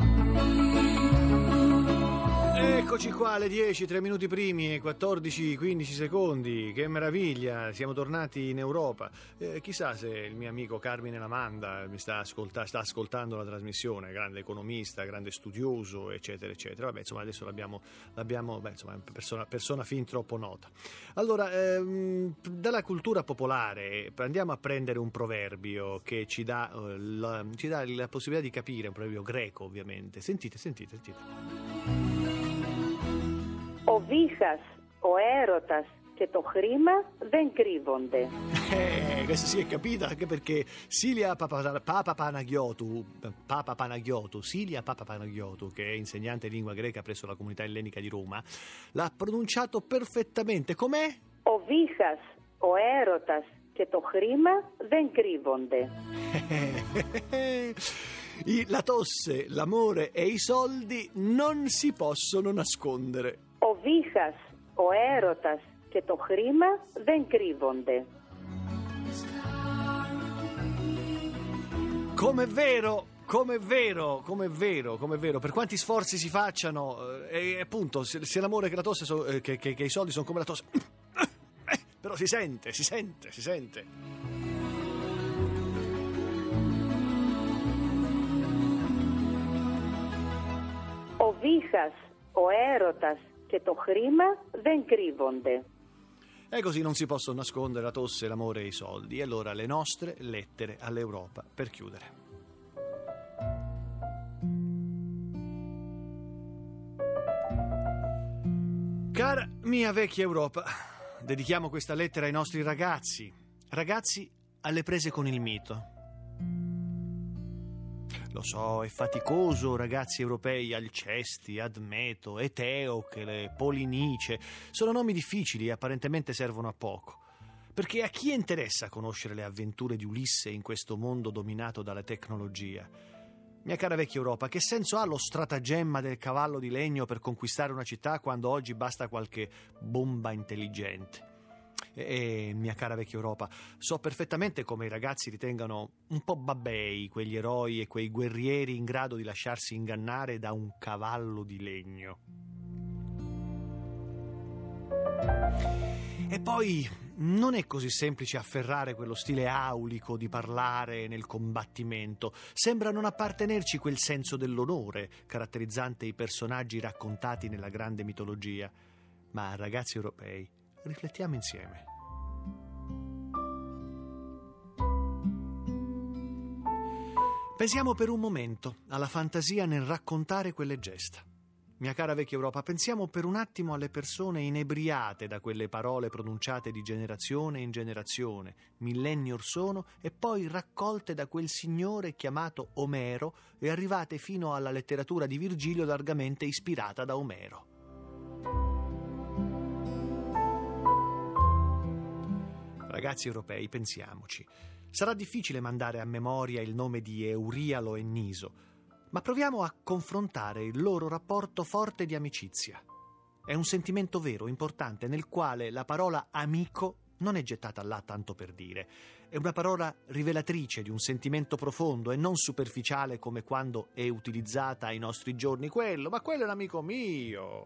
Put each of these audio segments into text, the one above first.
Eccoci qua alle 10, 3 minuti primi e 14, 15 secondi, che meraviglia, siamo tornati in Europa. Chissà se il mio amico Carmine Lamanda mi sta ascoltando la trasmissione, grande economista, grande studioso, eccetera, eccetera. Vabbè, insomma, adesso l'abbiamo insomma, persona fin troppo nota. Allora, dalla cultura popolare andiamo a prendere un proverbio che ci dà la possibilità di capire, un proverbio greco, ovviamente. Sentite. Ο Βύχας, ο έρωτας και το χρήμα δεν κρύβονται. Questo si è capito anche perché Silia Papa Panagiotou, che è insegnante di lingua greca presso la comunità ellenica di Roma, l'ha pronunciato perfettamente. Com'è? Ο Βύχας, ο έρωτας και το χρήμα δεν κρύβονται. La tosse, l'amore e i soldi non si possono nascondere. Ο Βύχας, ο έρωτας και το χρήμα δεν κρύβονται. Come è vero, per quanti sforzi si facciano, e appunto, se l'amore che la tosse, che i soldi sono come la tosse, però si sente. Ο Βύχας, ο έρωτας και το χρήμα δεν κρύβονται. E così non si possono nascondere la tosse, l'amore e i soldi. E allora le nostre lettere all'Europa per chiudere. Cara mia vecchia Europa, dedichiamo questa lettera ai nostri ragazzi alle prese con il mito. Lo so, è faticoso, ragazzi europei, Alcesti, Admeto, Eteocle, Polinice. Sono nomi difficili e apparentemente servono a poco. Perché a chi interessa conoscere le avventure di Ulisse in questo mondo dominato dalla tecnologia? Mia cara vecchia Europa, che senso ha lo stratagemma del cavallo di legno per conquistare una città quando oggi basta qualche bomba intelligente? E mia cara vecchia Europa, so perfettamente come i ragazzi ritengano un po' babbei quegli eroi e quei guerrieri in grado di lasciarsi ingannare da un cavallo di legno. E poi non è così semplice afferrare quello stile aulico di parlare nel combattimento. Sembra non appartenerci quel senso dell'onore caratterizzante i personaggi raccontati nella grande mitologia. Ma ragazzi europei, riflettiamo insieme. Pensiamo per un momento alla fantasia nel raccontare quelle gesta. Mia cara vecchia Europa, pensiamo per un attimo alle persone inebriate da quelle parole pronunciate di generazione in generazione, millenni or sono, e poi raccolte da quel signore chiamato Omero e arrivate fino alla letteratura di Virgilio largamente ispirata da Omero. Ragazzi europei, pensiamoci. Sarà difficile mandare a memoria il nome di Eurialo e Niso, ma proviamo a confrontare il loro rapporto forte di amicizia. È un sentimento vero, importante, nel quale la parola amico non è gettata là tanto per dire. È una parola rivelatrice di un sentimento profondo e non superficiale come quando è utilizzata ai nostri giorni. Quello è un amico mio.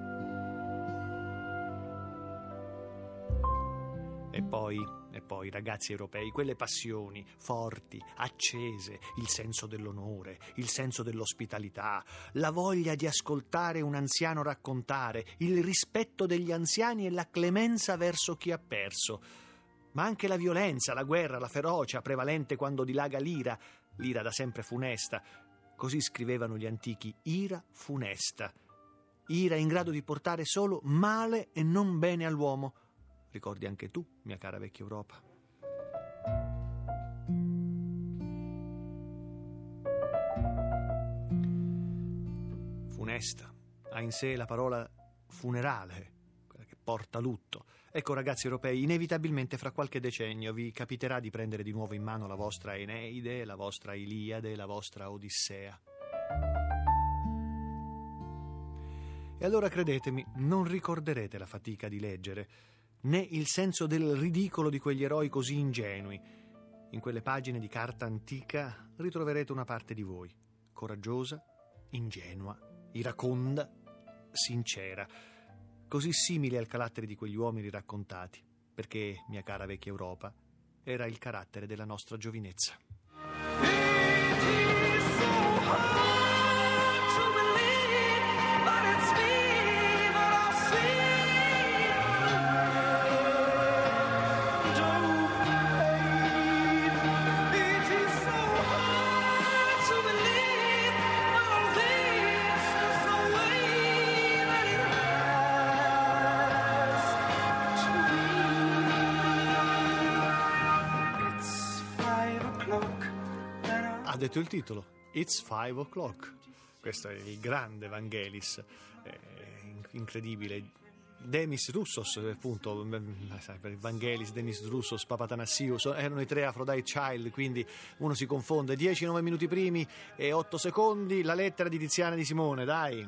E poi, ragazzi europei, quelle passioni forti, accese, il senso dell'onore, il senso dell'ospitalità, la voglia di ascoltare un anziano raccontare, il rispetto degli anziani e la clemenza verso chi ha perso. Ma anche la violenza, la guerra, la ferocia prevalente quando dilaga l'ira da sempre funesta. Così scrivevano gli antichi, ira funesta. Ira in grado di portare solo male e non bene all'uomo. Ricordi anche tu, mia cara vecchia Europa. Funesta ha in sé la parola funerale, quella che porta lutto. Ecco, ragazzi europei, inevitabilmente fra qualche decennio vi capiterà di prendere di nuovo in mano la vostra Eneide, la vostra Iliade, la vostra Odissea. E allora credetemi, non ricorderete la fatica di leggere, né il senso del ridicolo di quegli eroi così ingenui. In quelle pagine di carta antica ritroverete una parte di voi, coraggiosa, ingenua, iraconda, sincera, così simile al carattere di quegli uomini raccontati, perché, mia cara vecchia Europa, era il carattere della nostra giovinezza. Ha detto il titolo, It's 5 o'clock. Questo è il grande Vangelis, incredibile. Demis Roussos, appunto, Vangelis, Demis Roussos, Papatanassiou, erano i tre Aphrodite Child, quindi uno si confonde. 10-9 minuti primi e 8 secondi, la lettera di Tiziana Di Simone, dai.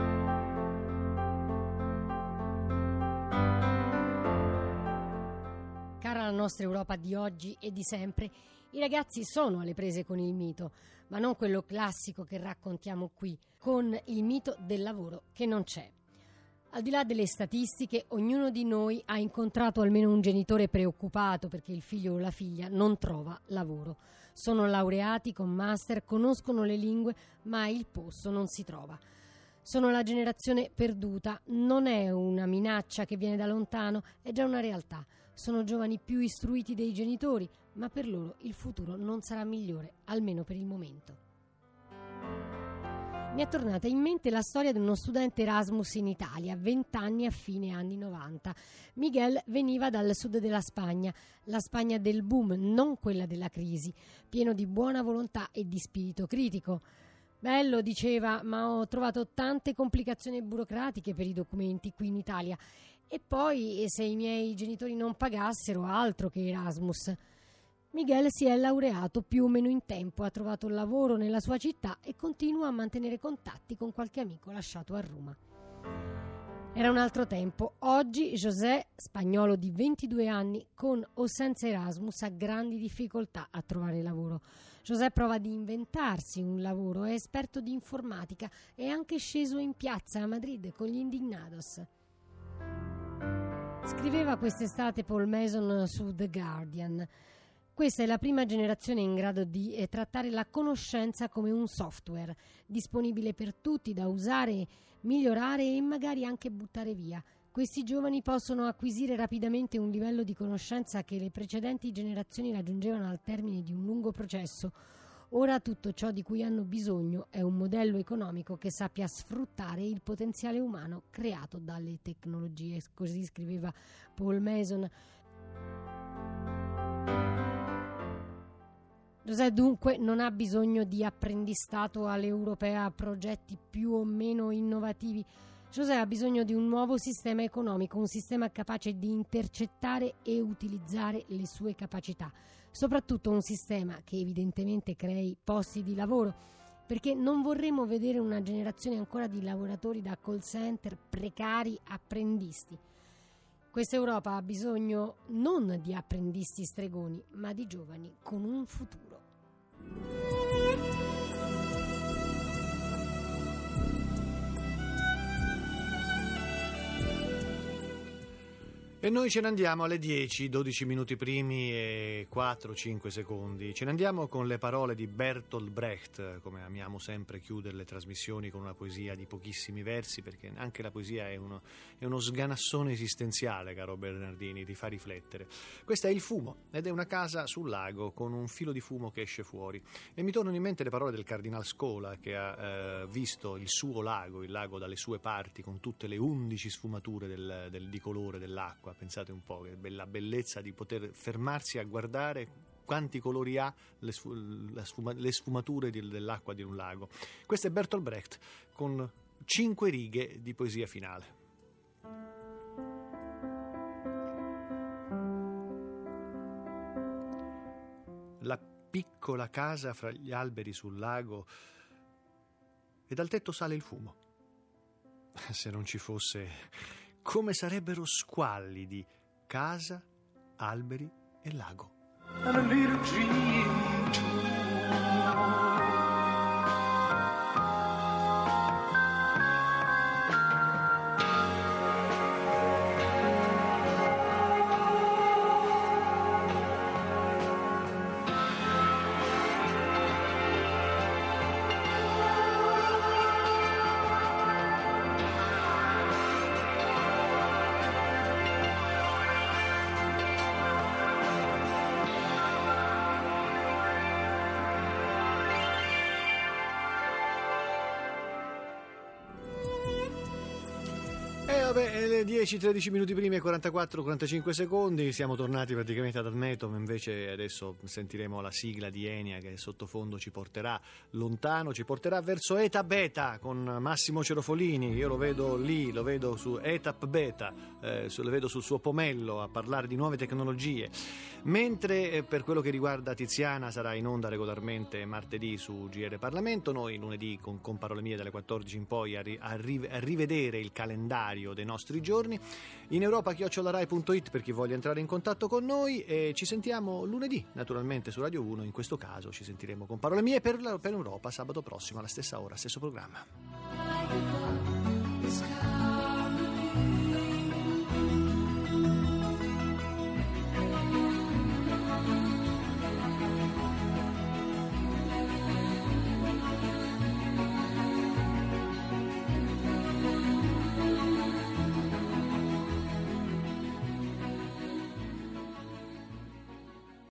Cara la nostra Europa di oggi e di sempre, i ragazzi sono alle prese con il mito, ma non quello classico che raccontiamo qui, con il mito del lavoro che non c'è. Al di là delle statistiche, ognuno di noi ha incontrato almeno un genitore preoccupato perché il figlio o la figlia non trova lavoro. Sono laureati con master, conoscono le lingue, ma il posto non si trova. Sono la generazione perduta, non è una minaccia che viene da lontano, è già una realtà. Sono giovani più istruiti dei genitori, ma per loro il futuro non sarà migliore, almeno per il momento. Mi è tornata in mente la storia di uno studente Erasmus in Italia, 20 anni a fine anni 90. Miguel veniva dal sud della Spagna, la Spagna del boom, non quella della crisi, pieno di buona volontà e di spirito critico. Bello, diceva, ma ho trovato tante complicazioni burocratiche per i documenti qui in Italia. E poi, se i miei genitori non pagassero, altro che Erasmus. Miguel si è laureato più o meno in tempo, ha trovato lavoro nella sua città e continua a mantenere contatti con qualche amico lasciato a Roma. Era un altro tempo. Oggi José, spagnolo di 22 anni, con o senza Erasmus, ha grandi difficoltà a trovare lavoro. José prova di inventarsi un lavoro, è esperto di informatica, è anche sceso in piazza a Madrid con gli indignados. Scriveva quest'estate Paul Mason su The Guardian. Questa è la prima generazione in grado di trattare la conoscenza come un software, disponibile per tutti da usare, migliorare e magari anche buttare via. Questi giovani possono acquisire rapidamente un livello di conoscenza che le precedenti generazioni raggiungevano al termine di un lungo processo. Ora tutto ciò di cui hanno bisogno è un modello economico che sappia sfruttare il potenziale umano creato dalle tecnologie. Così scriveva Paul Mason. José dunque non ha bisogno di apprendistato all'europea, progetti più o meno innovativi. José ha bisogno di un nuovo sistema economico, un sistema capace di intercettare e utilizzare le sue capacità, soprattutto un sistema che evidentemente crei posti di lavoro, perché non vorremmo vedere una generazione ancora di lavoratori da call center, precari, apprendisti. Questa Europa ha bisogno non di apprendisti stregoni, ma di giovani con un futuro. E noi ce ne andiamo alle 10, 12 minuti primi e 4-5 secondi. Ce ne andiamo con le parole di Bertolt Brecht, come amiamo sempre chiudere le trasmissioni con una poesia di pochissimi versi, perché anche la poesia è uno sganassone esistenziale, caro Bernardini, ti fa riflettere. Questa è Il fumo ed è una casa sul lago con un filo di fumo che esce fuori. E mi tornano in mente le parole del Cardinal Scola, che ha visto il suo lago, il lago dalle sue parti, con tutte le 11 sfumature di colore dell'acqua. Pensate un po', che la bellezza di poter fermarsi a guardare quanti colori ha le sfumature dell'acqua di un lago. Questo è Bertolt Brecht con 5 righe di poesia finale. La piccola casa fra gli alberi sul lago e dal tetto sale il fumo. Se non ci fosse, come sarebbero squallidi casa, alberi e lago. And a little dream too. Le 10-13 minuti prima e 44-45 secondi, siamo tornati praticamente ad Admeto, ma invece adesso sentiremo la sigla di Enia che sottofondo ci porterà lontano, ci porterà verso Eta Beta con Massimo Cerofolini. Io lo vedo lì, lo vedo su Etap Beta, lo vedo sul suo pomello a parlare di nuove tecnologie, mentre per quello che riguarda Tiziana sarà in onda regolarmente martedì su GR Parlamento, noi lunedì con Parole Mie dalle 14 in poi a rivedere il calendario dei nostri giorni in europa@rai.it per chi voglia entrare in contatto con noi, e ci sentiamo lunedì naturalmente su Radio 1. In questo caso ci sentiremo con Parole Mie per Europa sabato prossimo alla stessa ora, stesso programma.